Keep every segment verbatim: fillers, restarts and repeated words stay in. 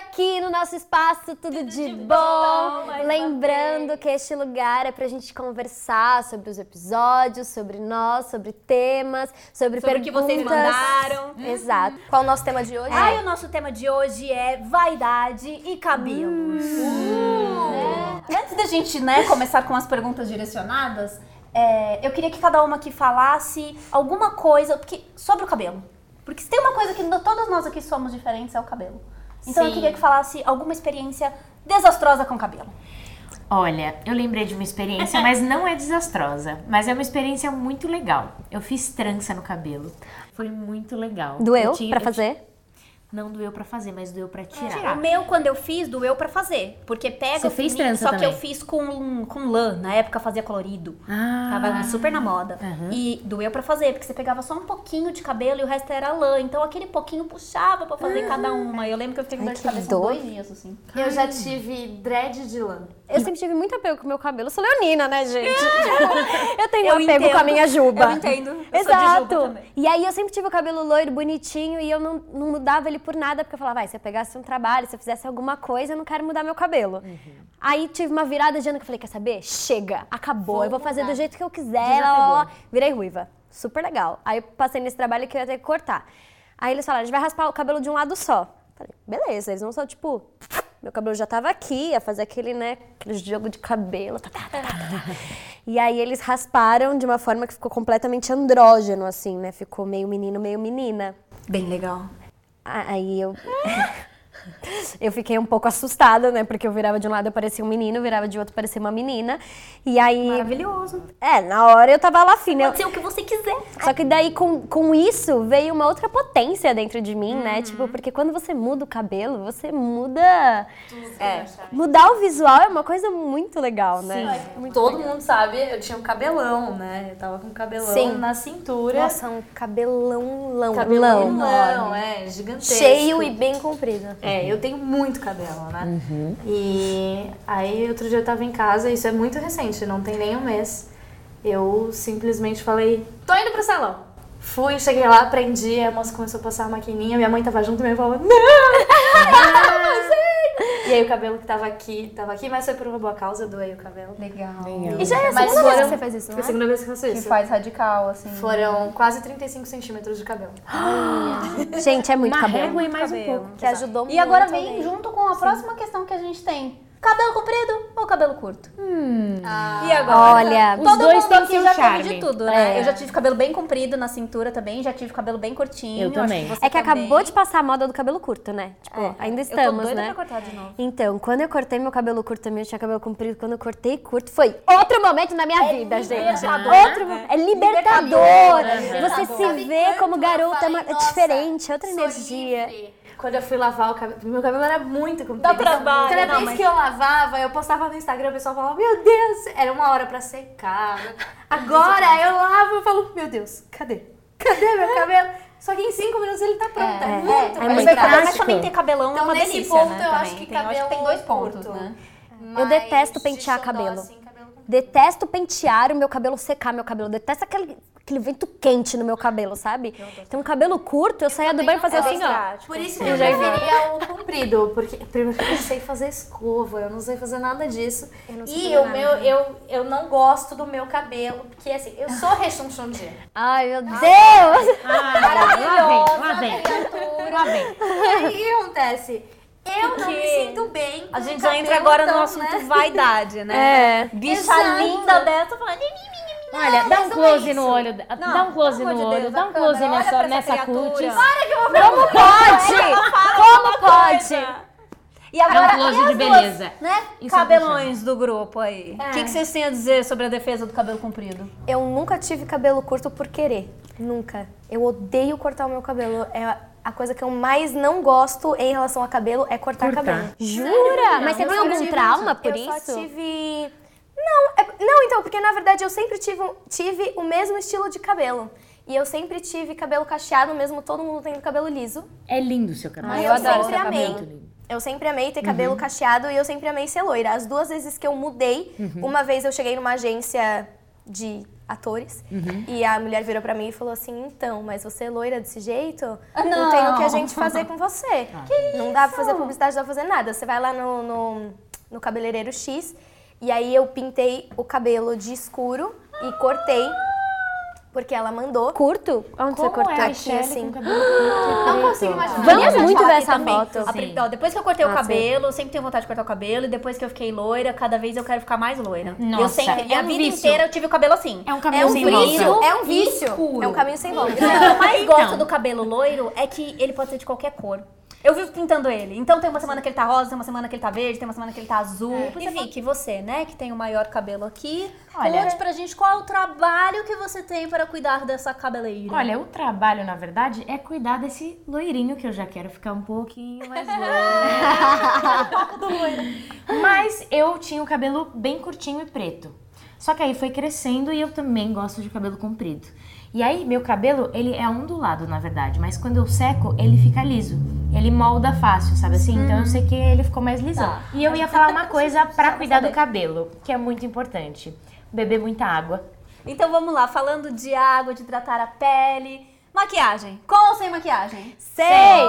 aqui no nosso espaço Tudo, Tudo de, de Bom. bom Lembrando que este lugar é pra gente conversar sobre os episódios, sobre nós, sobre temas, sobre, sobre perguntas. Sobre o que vocês mandaram. Exato. Uhum. Qual é o nosso tema de hoje? Ah, é. O nosso tema de hoje é vaidade e cabelos. Uh. Uh. É. Antes da gente, né, começar com as perguntas direcionadas, é, eu queria que cada uma aqui falasse alguma coisa porque, sobre o cabelo. Porque se tem uma coisa que todas nós aqui somos diferentes, é o cabelo. Então Sim. eu queria que falasse alguma experiência desastrosa com cabelo. Olha, eu lembrei de uma experiência, mas não é desastrosa. Mas é uma experiência muito legal. Eu fiz trança no cabelo. Foi muito legal. Doeu tinha, pra fazer? Não doeu pra fazer, mas doeu pra tirar. tirar. O meu, quando eu fiz, doeu pra fazer. Porque pega Você o fez fininho, trança só também? que eu fiz com, com lã. Na época fazia colorido. Ah. Tava super na moda. Uhum. E doeu pra fazer, porque você pegava só um pouquinho de cabelo e o resto era lã. Então aquele pouquinho puxava pra fazer ah. cada uma. Eu lembro que eu fiquei com dor de cabeça uns dois dias, assim. Eu já tive dread de lã. Eu sempre tive muito apego com o meu cabelo. Eu sou leonina, né, gente? eu tenho eu apego entendo. com a minha juba. Eu entendo. Eu Exato. Sou de juba também. E aí eu sempre tive o cabelo loiro, bonitinho, e eu não, não mudava ele por nada, porque eu falava, vai, se eu pegasse um trabalho, se eu fizesse alguma coisa, eu não quero mudar meu cabelo. Uhum. Aí tive uma virada de ano que eu falei, quer saber? Chega, acabou, Vou eu vou fazer mudar. do jeito que eu quiser. Lá, lá, lá. Virei ruiva. Super legal. Aí eu passei nesse trabalho que eu ia ter que cortar. Aí eles falaram, a gente vai raspar o cabelo de um lado só. Falei, beleza, eles não são tipo... Meu cabelo já tava aqui, ia fazer aquele, né, aquele jogo de cabelo. Tá, tá, tá, tá, tá. E aí eles rasparam de uma forma que ficou completamente andrógeno, assim, né? Ficou meio menino, meio menina. Bem legal. Aí eu... Eu fiquei um pouco assustada, né? Porque eu virava de um lado eu parecia um menino, virava de outro parecia uma menina. E aí... Maravilhoso. É, na hora eu tava lá fina. Pode ser o que você quiser. Só que daí com, com isso veio uma outra potência dentro de mim, uhum. né? Tipo, porque quando você muda o cabelo, você muda... É. Mudar o visual é uma coisa muito legal, né? Sim. Muito Todo legal. mundo sabe, eu tinha um cabelão, né? Eu tava com um cabelão Sim. na cintura. Nossa, um cabelão, lão, cabelão, lão. é, gigantesco. Cheio e bem comprido. É, eu tenho muito cabelo, né? Uhum. E aí, outro dia eu tava em casa, isso é muito recente, não tem nem um mês. Eu simplesmente falei, tô indo pro salão. Fui, cheguei lá, aprendi, a moça começou a passar a maquininha, minha mãe tava junto e minha mãe falou, não! E aí o cabelo que tava aqui, tava aqui, mas foi por uma boa causa, eu doei o cabelo. Legal. E já é a Mas segunda foram, vez que você faz isso, foi não a segunda vez que eu faço Que isso. faz radical, assim. Foram quase trinta e cinco centímetros de cabelo. Gente, é muito Uma cabelo. régua e mais cabelo. um pouco. Que ajudou muito. E agora vem também. junto com a Sim. próxima questão que a gente tem. Cabelo comprido ou cabelo curto? Hum. Ah, e agora? Olha, os todo dois mundo têm aqui seu já charme. teve de tudo, né? É. Eu já tive cabelo bem comprido na cintura também, já tive cabelo bem curtinho. Eu também. acho você É que também. acabou de passar a moda do cabelo curto, né? Tipo, É, ainda eu tô estamos, doida né? pra cortar de novo. Então, quando eu cortei meu cabelo curto também, eu tinha cabelo comprido. Quando eu cortei curto, foi outro momento na minha vida, gente. libertador. Outro mo- É libertador. Você Libertador. se vê como Eu garota falei, ma- é nossa, diferente, é outra sou energia. livre. Quando eu fui lavar o cabelo, meu cabelo era muito comprido. Dá trabalho, Cada não, vez mas- que eu lavava, eu postava no Instagram, o pessoal falava, meu Deus, era uma hora pra secar. Agora eu lavo e falo, meu Deus, cadê? Cadê meu cabelo? Só que em cinco minutos ele tá pronto. É, É, muito é prático. muito mas, prático. mas também ter cabelão é Então, uma nesse delícia, ponto, né? eu acho também. que tem, eu acho que cabelo tem dois pontos, curto. né? Eu Mas detesto de pentear xodó, cabelo. assim, cabelo comprido. Detesto pentear o meu cabelo, secar meu cabelo. Detesto aquele, aquele vento quente no meu cabelo, sabe? Então, cabelo curto, eu saía do banho e fazia assim, ó. Por isso que eu preferia o comprido, porque primeiro eu não sei fazer escova, eu não sei fazer nada disso. não sei E fazer o nada. meu, eu, eu não gosto do meu cabelo, porque assim, eu sou rechonchondia. Ai, meu Deus! Ah, lá vem, lá vem. criatura. Lá vem. E aí, o que acontece? Eu não me Porque sinto bem com A gente o já cabelo, entra agora no então, assunto né? vaidade, né? É. Bicha Exato. linda dessa, falando... Olha, dá um mas não é close no isso. olho. Dá Não, um close pelo no amor de olho, Deus, dá a um close câmera, olha nessa, pra essa nessa criatura. cutis. Como pode? Como pode? E Dá um agora, close e de as beleza. duas, né? Isso é Cabelões do grupo aí. O É. que, que vocês têm a dizer sobre a defesa do cabelo comprido? Eu nunca tive cabelo curto por querer. Nunca. Eu odeio cortar o meu cabelo. É a coisa que eu mais não gosto em relação a cabelo é cortar, Cortar. cabelo. Jura? Mas você eu tem só algum tive- trauma por eu isso? só tive... Não, é- não, então, porque na verdade eu sempre tive, um- tive o mesmo estilo de cabelo. E eu sempre tive cabelo cacheado, mesmo todo mundo tendo cabelo liso. É lindo o seu cabelo. Mas eu eu, adoro sempre seu amei. Muito lindo. Eu sempre amei ter cabelo cacheado e eu sempre amei ser loira. As duas vezes que eu mudei, uma vez eu cheguei numa agência de atores. E a mulher virou pra mim e falou assim, então, mas você é loira desse jeito? Não tem o que a gente fazer com você. Não dá pra fazer publicidade, não dá pra fazer nada. Você vai lá no, no, no cabeleireiro X, e aí eu pintei o cabelo de escuro e cortei. Porque ela mandou. Curto? Onde Como você cortou? é a Aqui, Shelly assim. com cabelo curto? Não consigo imaginar. Vamos Vamos muito falar ver aqui essa também. foto. A pri- ó, depois que eu cortei o Ah, cabelo, eu sempre tenho vontade de cortar o cabelo. E depois que eu fiquei loira, cada vez eu quero ficar mais loira. Nossa, eu sempre, é minha um vida vício. inteira eu tive o cabelo assim. É um É cabelo um sem vício, volta. é um vício. Escuro. É um caminho sem volta. O que eu mais Então. gosto do cabelo loiro é que ele pode ser de qualquer cor. Eu vivo pintando ele. Então tem uma semana que ele tá rosa, tem uma semana que ele tá verde, tem uma semana que ele tá azul. E Vicky, você, né, que tem o maior cabelo aqui, Olha. conte pra gente qual é o trabalho que você tem para cuidar dessa cabeleira. Olha, o trabalho, na verdade, é cuidar desse loirinho que eu já quero ficar um pouquinho mais loira. Mas eu tinha o cabelo bem curtinho e preto. Só que aí foi crescendo e eu também gosto de cabelo comprido. E aí, meu cabelo, ele é ondulado, na verdade. Mas quando eu seco, ele fica liso. Ele molda fácil, sabe assim? Então eu sei que ele ficou mais lisão. Tá. E eu ia falar uma coisa pra cuidar do cabelo, que é muito importante. Beber muita água. Então vamos lá, falando de água, de hidratar a pele. Maquiagem. Com ou sem maquiagem? Sei!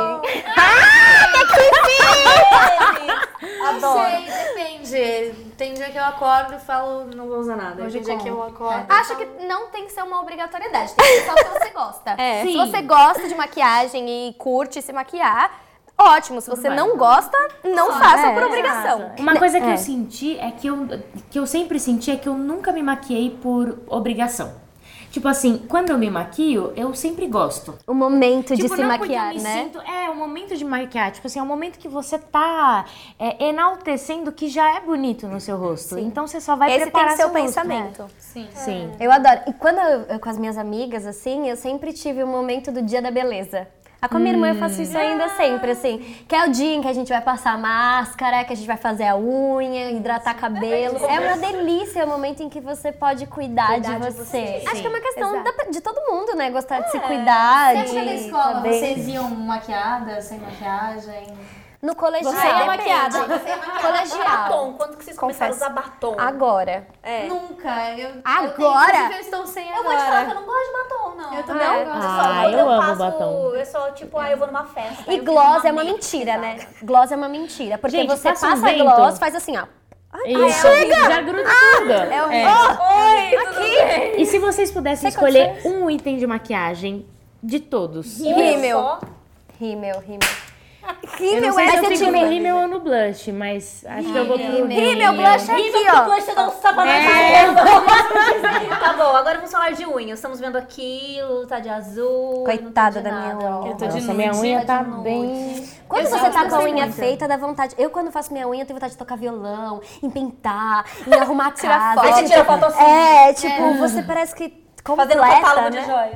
Adoro. Sei, depende. Tem dia que eu acordo e falo, não vou usar nada. Hoje Tem dia como? que eu acordo. Acho que não tem que ser uma obrigatoriedade, tem que ser só o que você gosta. É. Se Sim. você gosta de maquiagem e curte se maquiar, ótimo. Se você não gosta, não faça é, por obrigação. exato. Uma coisa que É. eu senti é que eu, que eu sempre senti é que eu nunca me maquiei por obrigação. Tipo assim, quando eu me maquio, eu sempre gosto. O momento de Tipo, se não porque maquiar, eu me né? sinto, é, o momento de maquiar. Tipo assim, é o momento que você tá é, enaltecendo que já é bonito no seu rosto. Então você só vai Esse tem preparar que ser o seu rosto. pensamento. Sim. Sim. Eu adoro. E quando eu, eu com as minhas amigas, assim, eu sempre tive o momento do dia da beleza. Ah, com a minha irmã eu faço isso ainda sempre, assim. Que é o dia em que a gente vai passar máscara, que a gente vai fazer a unha, hidratar cabelo. É uma delícia, é o momento em que você pode cuidar, de você. Acho que é uma questão Exato. da- de todo mundo, né? Gostar de se cuidar. Você de acha na escola, saber. vocês iam maquiadas, sem maquiagem? No colegial. Você é depende. maquiada. Colegial. Batom. Quando que vocês começaram a Confesso. usar batom? Agora. É. Nunca. Eu, Agora? Eu, tenho, inclusive, eu estou sem Eu vou te falar que agora. eu não gosto de batom, não. Eu também Ah, não é? gosto. Só Ah, quando eu amo faço, batom. Eu só, tipo, ah, eu vou numa festa. E eu gloss fiz é uma make, mentira, sabe? né? Gloss é uma mentira. Porque Gente, você passa um passa vento. gloss, faz assim, ó. Isso, já gruda tudo. É o É. Oi, tudo bem? E se vocês pudessem escolher um item de maquiagem de todos? Rímel. Rímel, rímel. Eu não Rímel sei é se eu esse fico tipo- no rímel ou no blush, mas acho que eu vou pro Rímel, blush é Rímel aqui, que ó. blush você não sacanagem. Tá bom, agora vamos falar de unha. Estamos vendo aqui, o tá de azul. Coitada não tô de da minha nada, ó. unha. Eu tô de Nossa, minha nude. unha tá nude. bem... Quando Eu você sempre tá com a gostei unha muito. feita, dá vontade. Eu, quando faço minha unha, eu tenho vontade de tocar violão, em pintar, em arrumar a Tirar casa. foto. É, Aí você tira foto assim. É, tipo, você parece que completa, Fazendo catálogo né? de joia.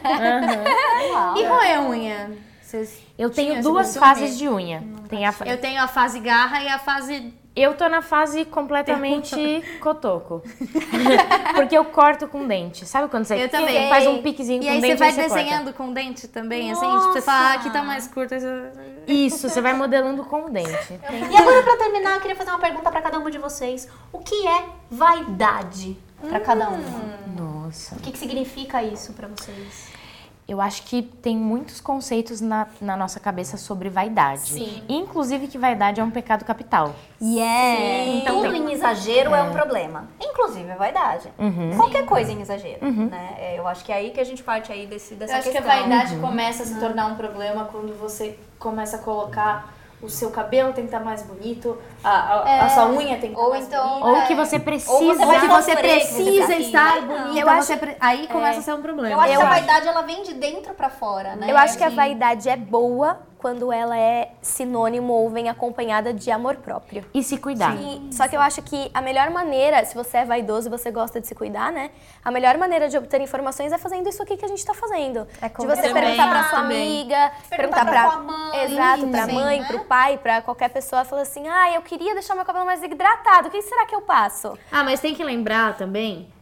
E qual é a unha? Vocês Eu tenho tinham esse duas costume? fases de unha. Tem a fa- Eu tenho a fase garra e a fase... Eu tô na fase completamente cotoco. Porque eu corto com dente. Sabe quando você Eu também. faz um piquezinho E com aí dente você vai e você corta? desenhando com o dente também, assim? Tipo, você fala, ah, aqui tá mais curto. aí você- Isso, você vai modelando com o dente. E agora, pra terminar, eu queria fazer uma pergunta pra cada uma de vocês. O que é vaidade pra cada uma? Nossa. O que, que significa isso pra vocês? Eu acho que tem muitos conceitos na, na nossa cabeça sobre vaidade. Sim. Inclusive que vaidade é um pecado capital. Yeah. Então, tudo em exagero é. um problema. Inclusive a vaidade. Qualquer coisa em exagero. Né? É, eu acho que é aí que a gente parte aí desse, dessa Eu acho que questão. a vaidade começa a se tornar um problema quando você começa a colocar o seu cabelo tem que estar mais bonito, a, a, a sua unha tem que estar Ou mais então- bonita. Ou que você precisa... Ou você Ou vai que sofrer, você que você precisa tá estar aqui. bonita. Eu acho- você pre- Aí começa a ser um problema. Eu acho Eu que a acho. vaidade ela vem de dentro pra fora, né? Eu acho que a vaidade é boa quando ela é sinônimo ou vem acompanhada de amor próprio. E se cuidar. E- só que eu acho que a melhor maneira, se você é vaidoso e você gosta de se cuidar, né? A melhor maneira de obter informações é fazendo isso aqui que a gente tá fazendo. É de como você também, perguntar pra sua também. amiga, Perguntar perguntar pra pra, sua mãe, exato, pra sim, mãe, né? pro pai, pra qualquer pessoa, falar assim: "Ah, eu queria deixar meu cabelo mais hidratado. O que será que eu passo?" Ah, mas tem que lembrar também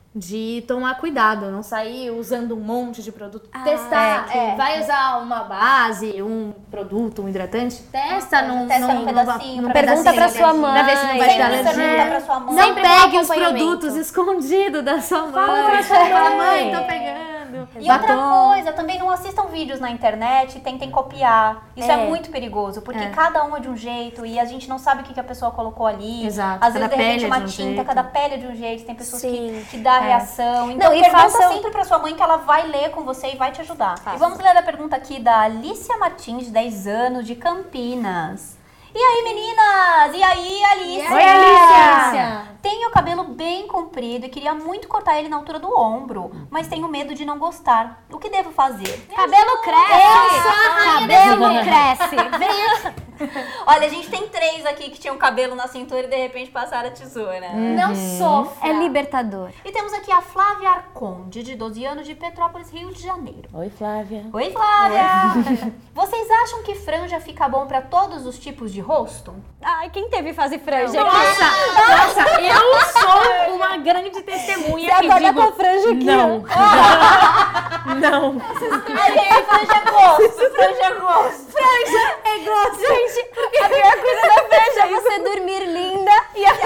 de tomar cuidado, não sair usando um monte de produto. Ah, Testar, é, é. vai usar uma base, um produto, um hidratante, testa num, Testa num, um pedacinho, num pra Pergunta pra pedacinho, sua mãe. pra ver se não vai te dar Sempre alergia. pergunta pra sua mãe. Não Sempre dá pegue os acompanhamento. produtos escondidos da sua mãe. pra sua mãe. Fala, mãe, tô pegando. E outra Batom. coisa, também não assistam vídeos na internet e tentem copiar. Isso é, É. muito perigoso, porque É. cada um é de um jeito e a gente não sabe o que que a pessoa colocou ali. Exato, Às vezes, cada de repente, pele é uma de um tinta, jeito. cada pele é de um jeito. Tem pessoas que, Sim. que dá reação. Então, Não, e pergunta façam- sempre pra sua mãe que ela vai ler com você e vai te ajudar. E vamos ler a pergunta aqui da Alicia Martins, de dez anos, de Campinas. E aí, meninas? E aí, Alicia? Oi, Alicia! Tenho o cabelo bem comprido e queria muito cortar ele na altura do ombro, mas tenho medo de não gostar. O que devo fazer? Cabelo cresce! Cabelo cresce! Olha, a gente tem três aqui que tinham cabelo na cintura e de repente passaram a tesoura. Não sofra. É libertador. E temos aqui a Flávia Arconde, de doze anos, de Petrópolis, Rio de Janeiro. Oi, Flávia. Oi, Flávia! Vocês acham que franja fica bom pra todos os tipos de rosto? Ai, quem teve fase franja? Nossa, nossa, eu sou uma grande testemunha Você que acorda digo... com a franja aqui, Não. Não. Ai, gente, franja é gosto, franja é gosto. Franja é gosto. Gente, a pior coisa da franja é você dormir linda e a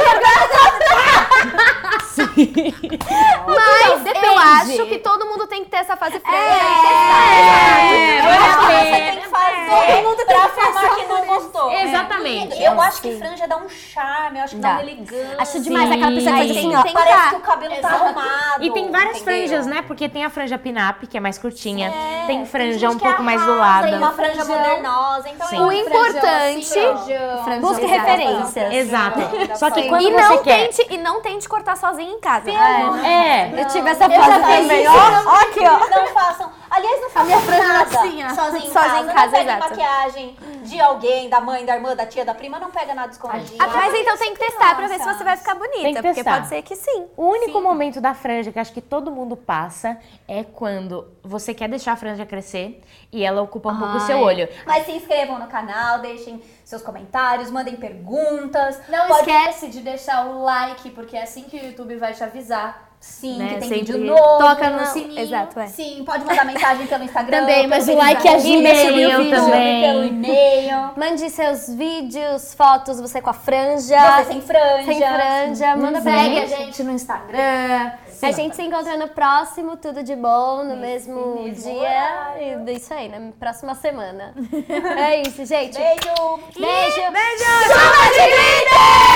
Mas eu acho que todo mundo tem que ter essa fase franja e testar. É, Eu vale acho a que você pena. tem que fazer Todo mundo tem pra que afirmar passar que não gostou. Exatamente. Eu acho que franja dá um charme, eu acho que dá, Dá. uma elegância. Acho demais aquela pessoa que faz assim, Sim. ó. Tem que Parece tá. que o cabelo tá arrumado. E tem várias entendeu? franjas, né? Porque tem a franja pin-up, que é mais curtinha. É, tem franja gente um que pouco mais do arrasa, lado. Tem uma franja modernosa. Então Sim. é um O importante- franjão. Busque Exato. referências. Exato. Só que quando E você não, quer... tente, e não tente cortar sozinho em casa. É. Eu tive essa Eu já fase fiz também, isso. ó. Ó aqui, ó. Não façam. Aliás, não façam nada assim, ó. sozinho em Sozinho casa. em casa, não pegue exato. maquiagem de alguém, da mãe, da irmã, da tia, da prima. Não pega nada escondidinho. Ah, mas então tem que testar pra ver se Nossa. você vai ficar bonita. Tem que porque testar. pode ser que sim. O único momento da franja que acho que todo mundo passa é quando você quer deixar a franja crescer e ela ocupa um pouco o seu olho. Mas se inscrevam no canal, deixem seus comentários, mandem perguntas. Não Pode- esquece de deixar o like, porque é assim que o YouTube vai te avisar. Sim, né? que tem Sempre vídeo novo. toca no Não, sininho. exato, é. Sim, pode mandar mensagem pelo Instagram. Também, mas pelo o like Facebook, ajuda a subir o E-mail vídeo. também. pelo e-mail. Mande seus vídeos, fotos, você com a franja. Você sem franja. Sem franja. Manda pra Segue a gente. gente no Instagram. A gente se encontra no próximo Tudo de Bom, no mesmo, dia. E é isso aí, na próxima semana. É isso, gente. Beijo. Beijo. Chuva de glitter!